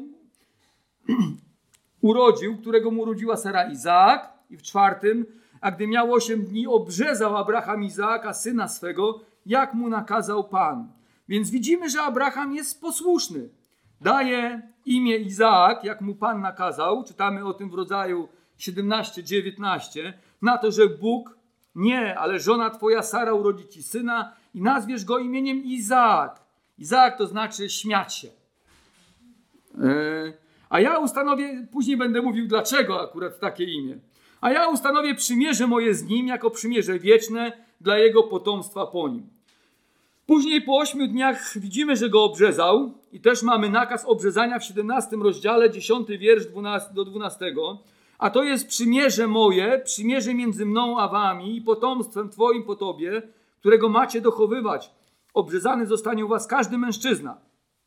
urodził, którego mu urodziła Sara, Izaak. I w 4, a gdy miał 8 dni, obrzezał Abraham Izaaka, syna swego, jak mu nakazał Pan. Więc widzimy, że Abraham jest posłuszny. Daje imię Izaak, jak mu Pan nakazał. Czytamy o tym w Rodzaju 17-19. Na to, że Bóg Nie, ale żona twoja Sara urodzi ci syna i nazwiesz go imieniem Izaak. Izaak to znaczy śmiać się. A ja ustanowię, później będę mówił dlaczego akurat takie imię. A ja ustanowię przymierze moje z nim jako przymierze wieczne dla jego potomstwa po nim. Później po 8 dniach widzimy, że go obrzezał i też mamy nakaz obrzezania w 17 rozdziale, 10 wiersz do 12. A to jest przymierze moje, przymierze między mną a wami i potomstwem twoim po tobie, którego macie dochowywać. Obrzezany zostanie u was każdy mężczyzna.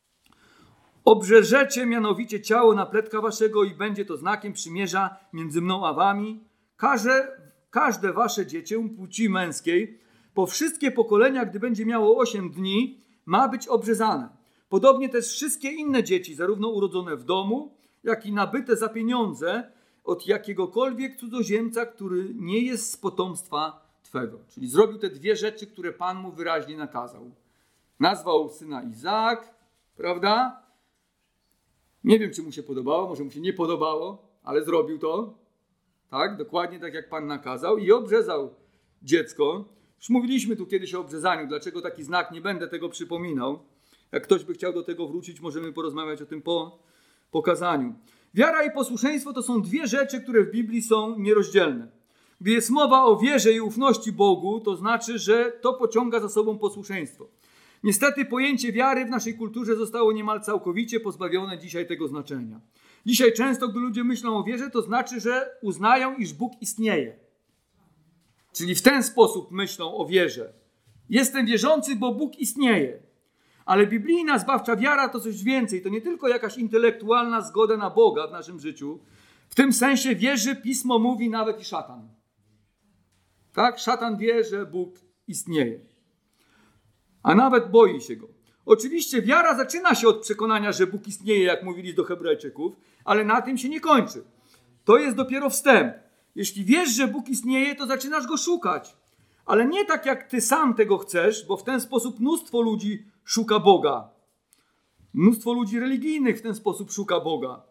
Obrzeżecie mianowicie ciało napletka waszego i będzie to znakiem przymierza między mną a wami. Każde wasze dziecię płci męskiej po wszystkie pokolenia, gdy będzie miało 8 dni, ma być obrzezane. Podobnie też wszystkie inne dzieci, zarówno urodzone w domu, jak i nabyte za pieniądze od jakiegokolwiek cudzoziemca, który nie jest z potomstwa twego. Czyli zrobił te dwie rzeczy, które Pan mu wyraźnie nakazał. Nazwał syna Izaak, prawda? Nie wiem, czy mu się podobało, może mu się nie podobało, ale zrobił to. Tak, dokładnie tak jak Pan nakazał i obrzezał dziecko. Już mówiliśmy tu kiedyś o obrzezaniu, dlaczego taki znak, nie będę tego przypominał. Jak ktoś by chciał do tego wrócić, możemy porozmawiać o tym po pokazaniu. Wiara i posłuszeństwo to są dwie rzeczy, które w Biblii są nierozdzielne. Gdy jest mowa o wierze i ufności Bogu, to znaczy, że to pociąga za sobą posłuszeństwo. Niestety pojęcie wiary w naszej kulturze zostało niemal całkowicie pozbawione dzisiaj tego znaczenia. Dzisiaj często, gdy ludzie myślą o wierze, to znaczy, że uznają, iż Bóg istnieje. Czyli w ten sposób myślą o wierze. Jestem wierzący, bo Bóg istnieje. Ale biblijna zbawcza wiara to coś więcej. To nie tylko jakaś intelektualna zgoda na Boga w naszym życiu. W tym sensie wierzy, Pismo mówi, nawet i szatan. Tak? Szatan wie, że Bóg istnieje. A nawet boi się go. Oczywiście wiara zaczyna się od przekonania, że Bóg istnieje, jak mówili do Hebrajczyków, ale na tym się nie kończy. To jest dopiero wstęp. Jeśli wiesz, że Bóg istnieje, to zaczynasz go szukać. Ale nie tak, jak ty sam tego chcesz, bo w ten sposób mnóstwo ludzi szuka Boga. Mnóstwo ludzi religijnych w ten sposób szuka Boga.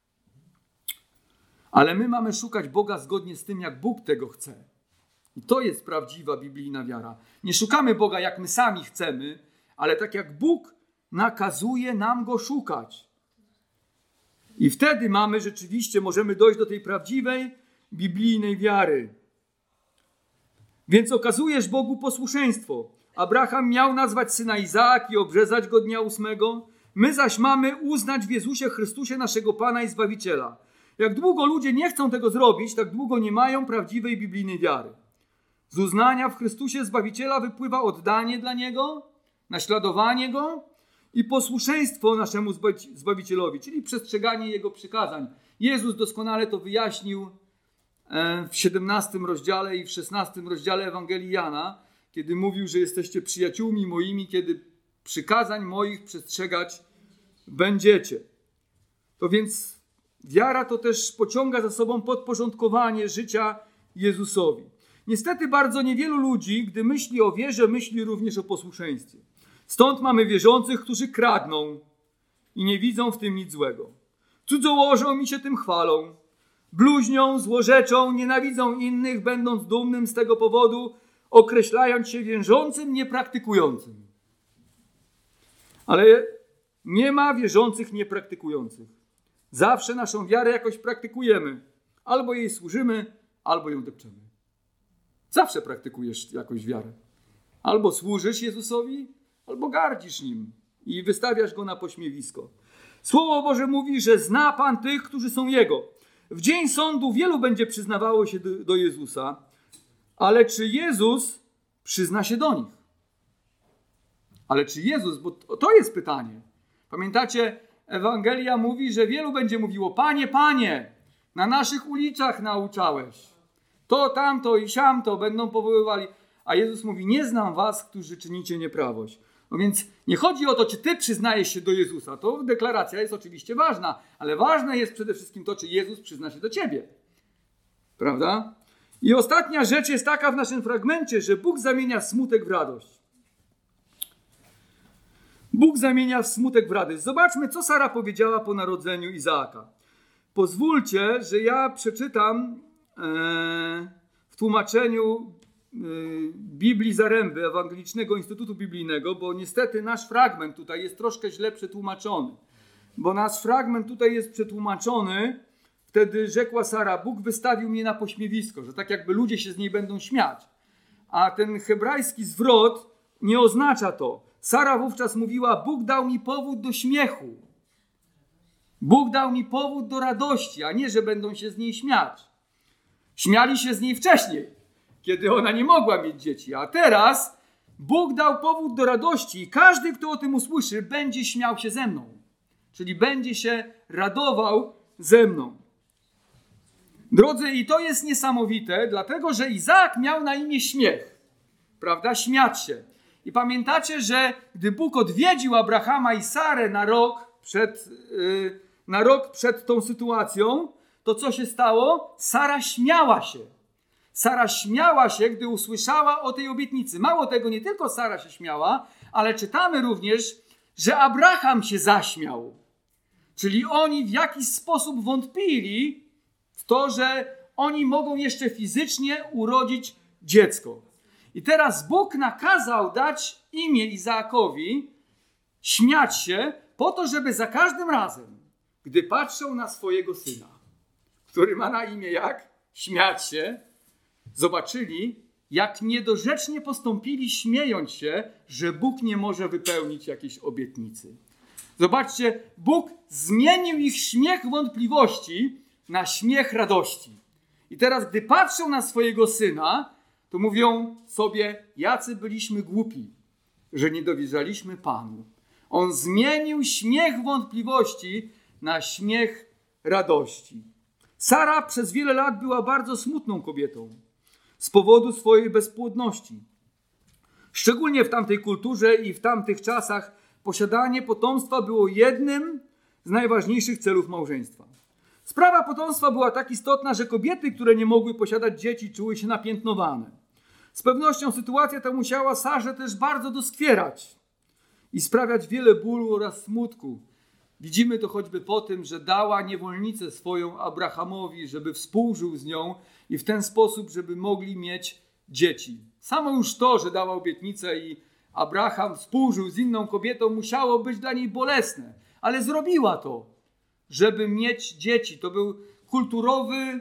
Ale my mamy szukać Boga zgodnie z tym, jak Bóg tego chce. I to jest prawdziwa biblijna wiara. Nie szukamy Boga, jak my sami chcemy, ale tak jak Bóg nakazuje nam go szukać. I wtedy możemy dojść do tej prawdziwej biblijnej wiary. Więc okazujesz Bogu posłuszeństwo. Abraham miał nazwać syna Izaak i obrzezać go dnia 8. My zaś mamy uznać w Jezusie Chrystusie naszego Pana i Zbawiciela. Jak długo ludzie nie chcą tego zrobić, tak długo nie mają prawdziwej biblijnej wiary. Z uznania w Chrystusie Zbawiciela wypływa oddanie dla Niego, naśladowanie Go i posłuszeństwo naszemu Zbawicielowi, czyli przestrzeganie Jego przykazań. Jezus doskonale to wyjaśnił w 17 rozdziale i w 16 rozdziale Ewangelii Jana, kiedy mówił, że jesteście przyjaciółmi moimi, kiedy przykazań moich przestrzegać będziecie. To więc wiara to też pociąga za sobą podporządkowanie życia Jezusowi. Niestety bardzo niewielu ludzi, gdy myśli o wierze, myśli również o posłuszeństwie. Stąd mamy wierzących, którzy kradną i nie widzą w tym nic złego. Cudzołożą i się tym chwalą. Bluźnią, złorzeczą, nienawidzą innych, będąc dumnym z tego powodu, określając się wierzącym, niepraktykującym. Ale nie ma wierzących niepraktykujących. Zawsze naszą wiarę jakoś praktykujemy. Albo jej służymy, albo ją depczemy. Zawsze praktykujesz jakąś wiarę. Albo służysz Jezusowi, albo gardzisz Nim i wystawiasz Go na pośmiewisko. Słowo Boże mówi, że zna Pan tych, którzy są Jego. W dzień sądu wielu będzie przyznawało się do Jezusa, ale czy Jezus przyzna się do nich? Ale czy Jezus, bo to jest pytanie. Pamiętacie, Ewangelia mówi, że wielu będzie mówiło: Panie, Panie, na naszych ulicach nauczałeś. To, tamto i siamto będą powoływali. A Jezus mówi: nie znam was, którzy czynicie nieprawość. No więc nie chodzi o to, czy ty przyznajesz się do Jezusa. To deklaracja jest oczywiście ważna, ale ważne jest przede wszystkim to, czy Jezus przyzna się do ciebie. Prawda? I ostatnia rzecz jest taka w naszym fragmencie, że Bóg zamienia smutek w radość. Bóg zamienia smutek w radość. Zobaczmy, co Sara powiedziała po narodzeniu Izaaka. Pozwólcie, że ja przeczytam w tłumaczeniu Biblii Zaręby, Ewangelicznego Instytutu Biblijnego, bo niestety nasz fragment tutaj jest troszkę źle przetłumaczony. Bo nasz fragment tutaj jest przetłumaczony: wtedy rzekła Sara, Bóg wystawił mnie na pośmiewisko, że tak jakby ludzie się z niej będą śmiać. A ten hebrajski zwrot nie oznacza to. Sara wówczas mówiła, Bóg dał mi powód do śmiechu. Bóg dał mi powód do radości, a nie, że będą się z niej śmiać. Śmiali się z niej wcześniej, kiedy ona nie mogła mieć dzieci. A teraz Bóg dał powód do radości i każdy, kto o tym usłyszy, będzie śmiał się ze mną. Czyli będzie się radował ze mną. Drodzy, i to jest niesamowite, dlatego że Izaak miał na imię śmiech. Prawda? Śmiać się. I pamiętacie, że gdy Bóg odwiedził Abrahama i Sarę na rok przed tą sytuacją, to co się stało? Sara śmiała się. Sara śmiała się, gdy usłyszała o tej obietnicy. Mało tego, nie tylko Sara się śmiała, ale czytamy również, że Abraham się zaśmiał. Czyli oni w jakiś sposób wątpili w to, że oni mogą jeszcze fizycznie urodzić dziecko. I teraz Bóg nakazał dać imię Izaakowi, śmiać się, po to, żeby za każdym razem, gdy patrzą na swojego syna, który ma na imię jak? Śmiać się, zobaczyli, jak niedorzecznie postąpili, śmiejąc się, że Bóg nie może wypełnić jakiejś obietnicy. Zobaczcie, Bóg zmienił ich śmiech wątpliwości na śmiech radości. I teraz, gdy patrzą na swojego syna, to mówią sobie, jacy byliśmy głupi, że nie dowierzaliśmy Panu. On zmienił śmiech wątpliwości na śmiech radości. Sara przez wiele lat była bardzo smutną kobietą z powodu swojej bezpłodności. Szczególnie w tamtej kulturze i w tamtych czasach posiadanie potomstwa było jednym z najważniejszych celów małżeństwa. Sprawa potomstwa była tak istotna, że kobiety, które nie mogły posiadać dzieci, czuły się napiętnowane. Z pewnością sytuacja ta musiała Sarze też bardzo doskwierać i sprawiać wiele bólu oraz smutku. Widzimy to choćby po tym, że dała niewolnicę swoją Abrahamowi, żeby współżył z nią i w ten sposób, żeby mogli mieć dzieci. Samo już to, że dała obietnicę i Abraham współżył z inną kobietą, musiało być dla niej bolesne. Ale zrobiła to, żeby mieć dzieci. To był kulturowy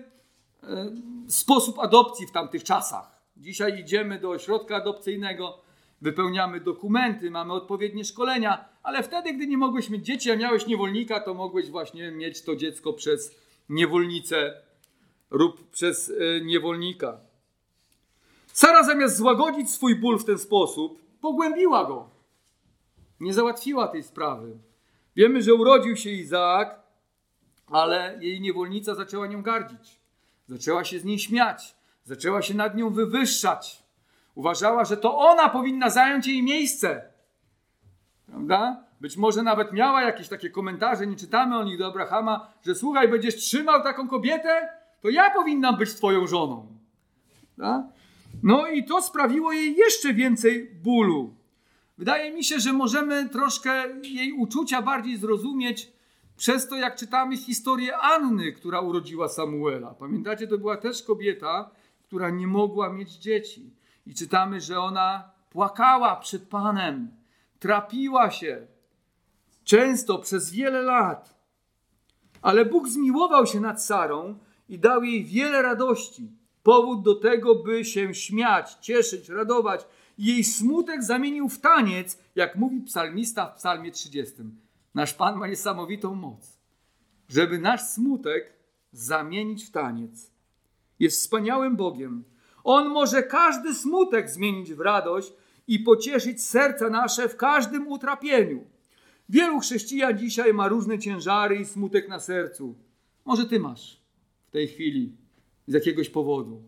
sposób adopcji w tamtych czasach. Dzisiaj idziemy do ośrodka adopcyjnego, wypełniamy dokumenty, mamy odpowiednie szkolenia, ale wtedy, gdy nie mogłeś mieć dzieci, a miałeś niewolnika, to mogłeś właśnie mieć to dziecko przez niewolnicę lub przez niewolnika. Sara zamiast złagodzić swój ból w ten sposób, pogłębiła go. Nie załatwiła tej sprawy. Wiemy, że urodził się Izaak, ale jej niewolnica zaczęła nią gardzić. Zaczęła się z niej śmiać. Zaczęła się nad nią wywyższać. Uważała, że to ona powinna zająć jej miejsce. Prawda? Być może nawet miała jakieś takie komentarze, nie czytamy o nich do Abrahama, że słuchaj, będziesz trzymał taką kobietę, to ja powinnam być twoją żoną. Prawda? No i to sprawiło jej jeszcze więcej bólu. Wydaje mi się, że możemy troszkę jej uczucia bardziej zrozumieć przez to, jak czytamy historię Anny, która urodziła Samuela. Pamiętacie, to była też kobieta, która nie mogła mieć dzieci. I czytamy, że ona płakała przed Panem, trapiła się często przez wiele lat. Ale Bóg zmiłował się nad Sarą i dał jej wiele radości. Powód do tego, by się śmiać, cieszyć, radować. Jej smutek zamienił w taniec, jak mówi psalmista w psalmie 30. Nasz Pan ma niesamowitą moc, żeby nasz smutek zamienić w taniec. Jest wspaniałym Bogiem. On może każdy smutek zmienić w radość i pocieszyć serca nasze w każdym utrapieniu. Wielu chrześcijan dzisiaj ma różne ciężary i smutek na sercu. Może ty masz w tej chwili z jakiegoś powodu.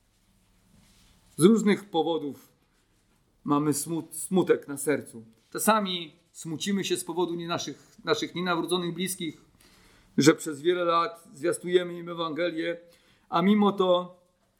Z różnych powodów mamy smutek na sercu. Czasami smucimy się z powodu naszych nienawróconych bliskich, że przez wiele lat zwiastujemy im Ewangelię, a mimo to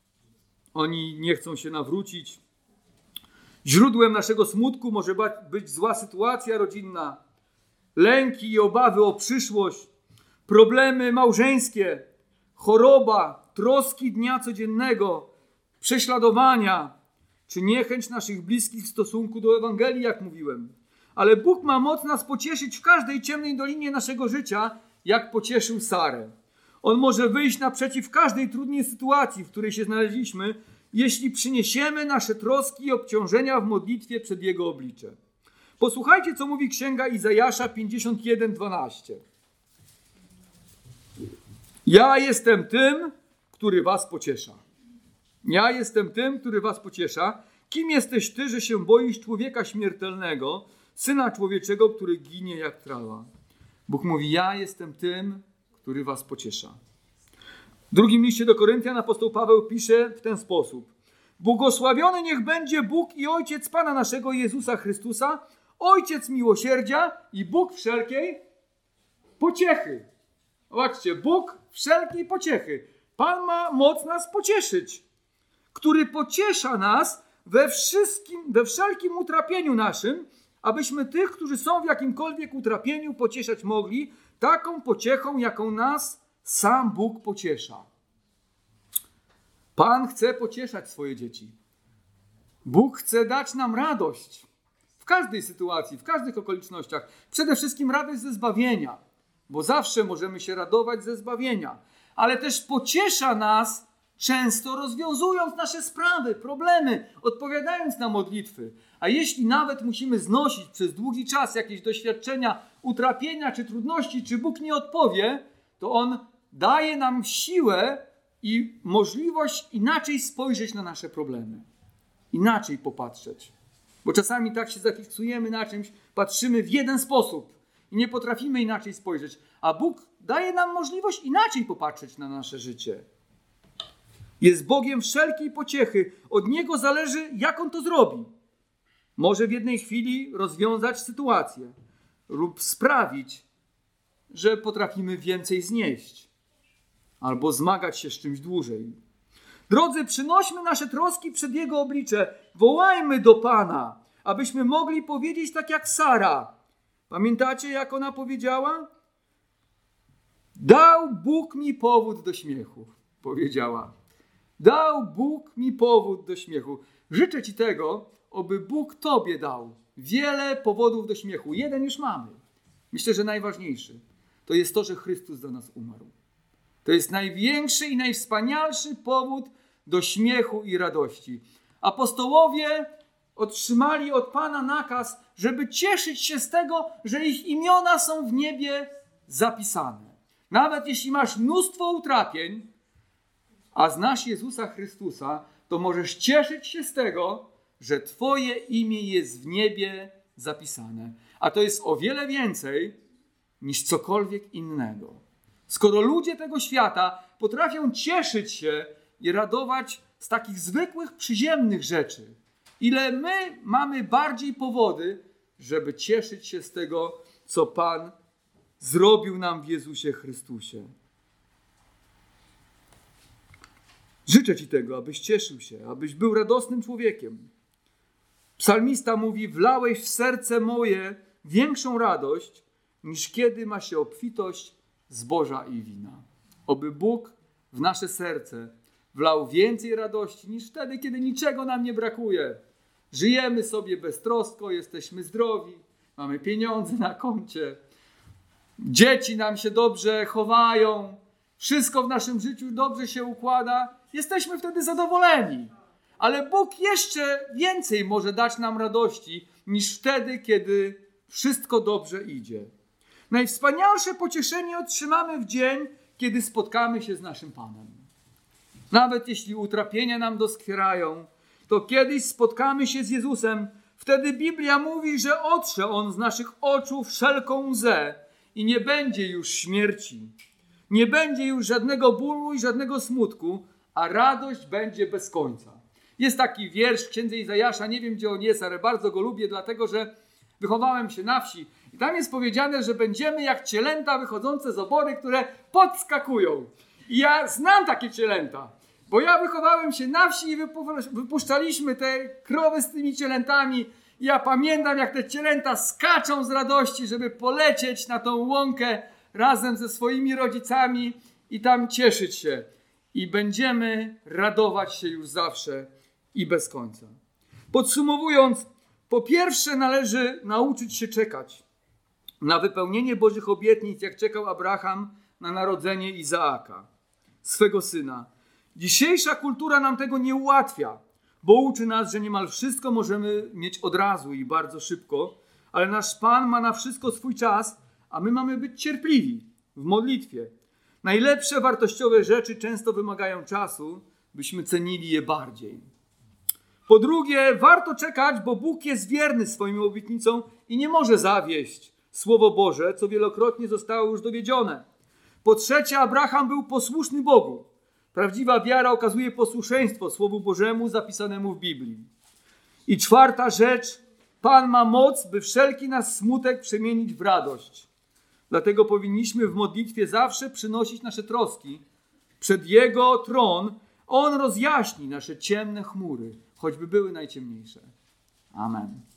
oni nie chcą się nawrócić. Źródłem naszego smutku może być zła sytuacja rodzinna, lęki i obawy o przyszłość, problemy małżeńskie, choroba, troski dnia codziennego, prześladowania, czy niechęć naszych bliskich w stosunku do Ewangelii, jak mówiłem. Ale Bóg ma moc nas pocieszyć w każdej ciemnej dolinie naszego życia, jak pocieszył Sarę. On może wyjść naprzeciw każdej trudnej sytuacji, w której się znaleźliśmy, jeśli przyniesiemy nasze troski i obciążenia w modlitwie przed Jego oblicze. Posłuchajcie, co mówi Księga Izajasza 51:12. Ja jestem tym, który was pociesza. Ja jestem tym, który was pociesza. Kim jesteś ty, że się boisz człowieka śmiertelnego, Syna Człowieczego, który ginie jak trawa? Bóg mówi, ja jestem tym, który was pociesza. W drugim liście do Koryntian apostoł Paweł pisze w ten sposób. Błogosławiony niech będzie Bóg i Ojciec Pana naszego Jezusa Chrystusa, Ojciec miłosierdzia i Bóg wszelkiej pociechy. Zobaczcie, Bóg wszelkiej pociechy. Pan ma moc nas pocieszyć, który pociesza nas we wszelkim utrapieniu naszym, abyśmy tych, którzy są w jakimkolwiek utrapieniu, pocieszać mogli taką pociechą, jaką nas sam Bóg pociesza. Pan chce pocieszać swoje dzieci. Bóg chce dać nam radość w każdej sytuacji, w każdych okolicznościach. Przede wszystkim radość ze zbawienia, bo zawsze możemy się radować ze zbawienia, ale też pociesza nas często rozwiązując nasze sprawy, problemy, odpowiadając na modlitwy. A jeśli nawet musimy znosić przez długi czas jakieś doświadczenia, utrapienia czy trudności, czy Bóg nie odpowie, to On daje nam siłę i możliwość inaczej spojrzeć na nasze problemy. Inaczej popatrzeć. Bo czasami tak się zafiksujemy na czymś, patrzymy w jeden sposób i nie potrafimy inaczej spojrzeć. A Bóg daje nam możliwość inaczej popatrzeć na nasze życie. Jest Bogiem wszelkiej pociechy. Od Niego zależy, jak On to zrobi. Może w jednej chwili rozwiązać sytuację lub sprawić, że potrafimy więcej znieść albo zmagać się z czymś dłużej. Drodzy, przynośmy nasze troski przed Jego oblicze. Wołajmy do Pana, abyśmy mogli powiedzieć tak jak Sara. Pamiętacie, jak ona powiedziała? Dał Bóg mi powód do śmiechu, powiedziała. Dał Bóg mi powód do śmiechu. Życzę Ci tego, aby Bóg Tobie dał wiele powodów do śmiechu. Jeden już mamy. Myślę, że najważniejszy. To jest to, że Chrystus za nas umarł. To jest największy i najwspanialszy powód do śmiechu i radości. Apostołowie otrzymali od Pana nakaz, żeby cieszyć się z tego, że ich imiona są w niebie zapisane. Nawet jeśli masz mnóstwo utrapień, a znasz Jezusa Chrystusa, to możesz cieszyć się z tego, że Twoje imię jest w niebie zapisane. A to jest o wiele więcej niż cokolwiek innego. Skoro ludzie tego świata potrafią cieszyć się i radować z takich zwykłych, przyziemnych rzeczy, ile my mamy bardziej powody, żeby cieszyć się z tego, co Pan zrobił nam w Jezusie Chrystusie. Życzę Ci tego, abyś cieszył się, abyś był radosnym człowiekiem. Psalmista mówi, wlałeś w serce moje większą radość, niż kiedy ma się obfitość zboża i wina. Oby Bóg w nasze serce wlał więcej radości, niż wtedy, kiedy niczego nam nie brakuje. Żyjemy sobie beztrosko, jesteśmy zdrowi, mamy pieniądze na koncie, dzieci nam się dobrze chowają, wszystko w naszym życiu dobrze się układa. Jesteśmy wtedy zadowoleni. Ale Bóg jeszcze więcej może dać nam radości niż wtedy, kiedy wszystko dobrze idzie. Najwspanialsze pocieszenie otrzymamy w dzień, kiedy spotkamy się z naszym Panem. Nawet jeśli utrapienia nam doskwierają, to kiedyś spotkamy się z Jezusem. Wtedy Biblia mówi, że otrze On z naszych oczu wszelką łzę i nie będzie już śmierci. Nie będzie już żadnego bólu i żadnego smutku, a radość będzie bez końca. Jest taki wiersz w Księdze Izajasza, nie wiem gdzie on jest, ale bardzo go lubię, dlatego że wychowałem się na wsi. I tam jest powiedziane, że będziemy jak cielęta wychodzące z obory, które podskakują. I ja znam takie cielęta, bo ja wychowałem się na wsi i wypuszczaliśmy te krowy z tymi cielętami. I ja pamiętam, jak te cielęta skaczą z radości, żeby polecieć na tą łąkę razem ze swoimi rodzicami i tam cieszyć się. I będziemy radować się już zawsze i bez końca. Podsumowując, po pierwsze należy nauczyć się czekać na wypełnienie Bożych obietnic, jak czekał Abraham na narodzenie Izaaka, swego syna. Dzisiejsza kultura nam tego nie ułatwia, bo uczy nas, że niemal wszystko możemy mieć od razu i bardzo szybko, ale nasz Pan ma na wszystko swój czas, a my mamy być cierpliwi w modlitwie. Najlepsze, wartościowe rzeczy często wymagają czasu, byśmy cenili je bardziej. Po drugie, warto czekać, bo Bóg jest wierny swoim obietnicom i nie może zawieść Słowo Boże, co wielokrotnie zostało już dowiedzione. Po trzecie, Abraham był posłuszny Bogu. Prawdziwa wiara okazuje posłuszeństwo Słowu Bożemu zapisanemu w Biblii. I czwarta rzecz, Pan ma moc, by wszelki nasz smutek przemienić w radość. Dlatego powinniśmy w modlitwie zawsze przynosić nasze troski przed Jego tron. On rozjaśni nasze ciemne chmury, choćby były najciemniejsze. Amen.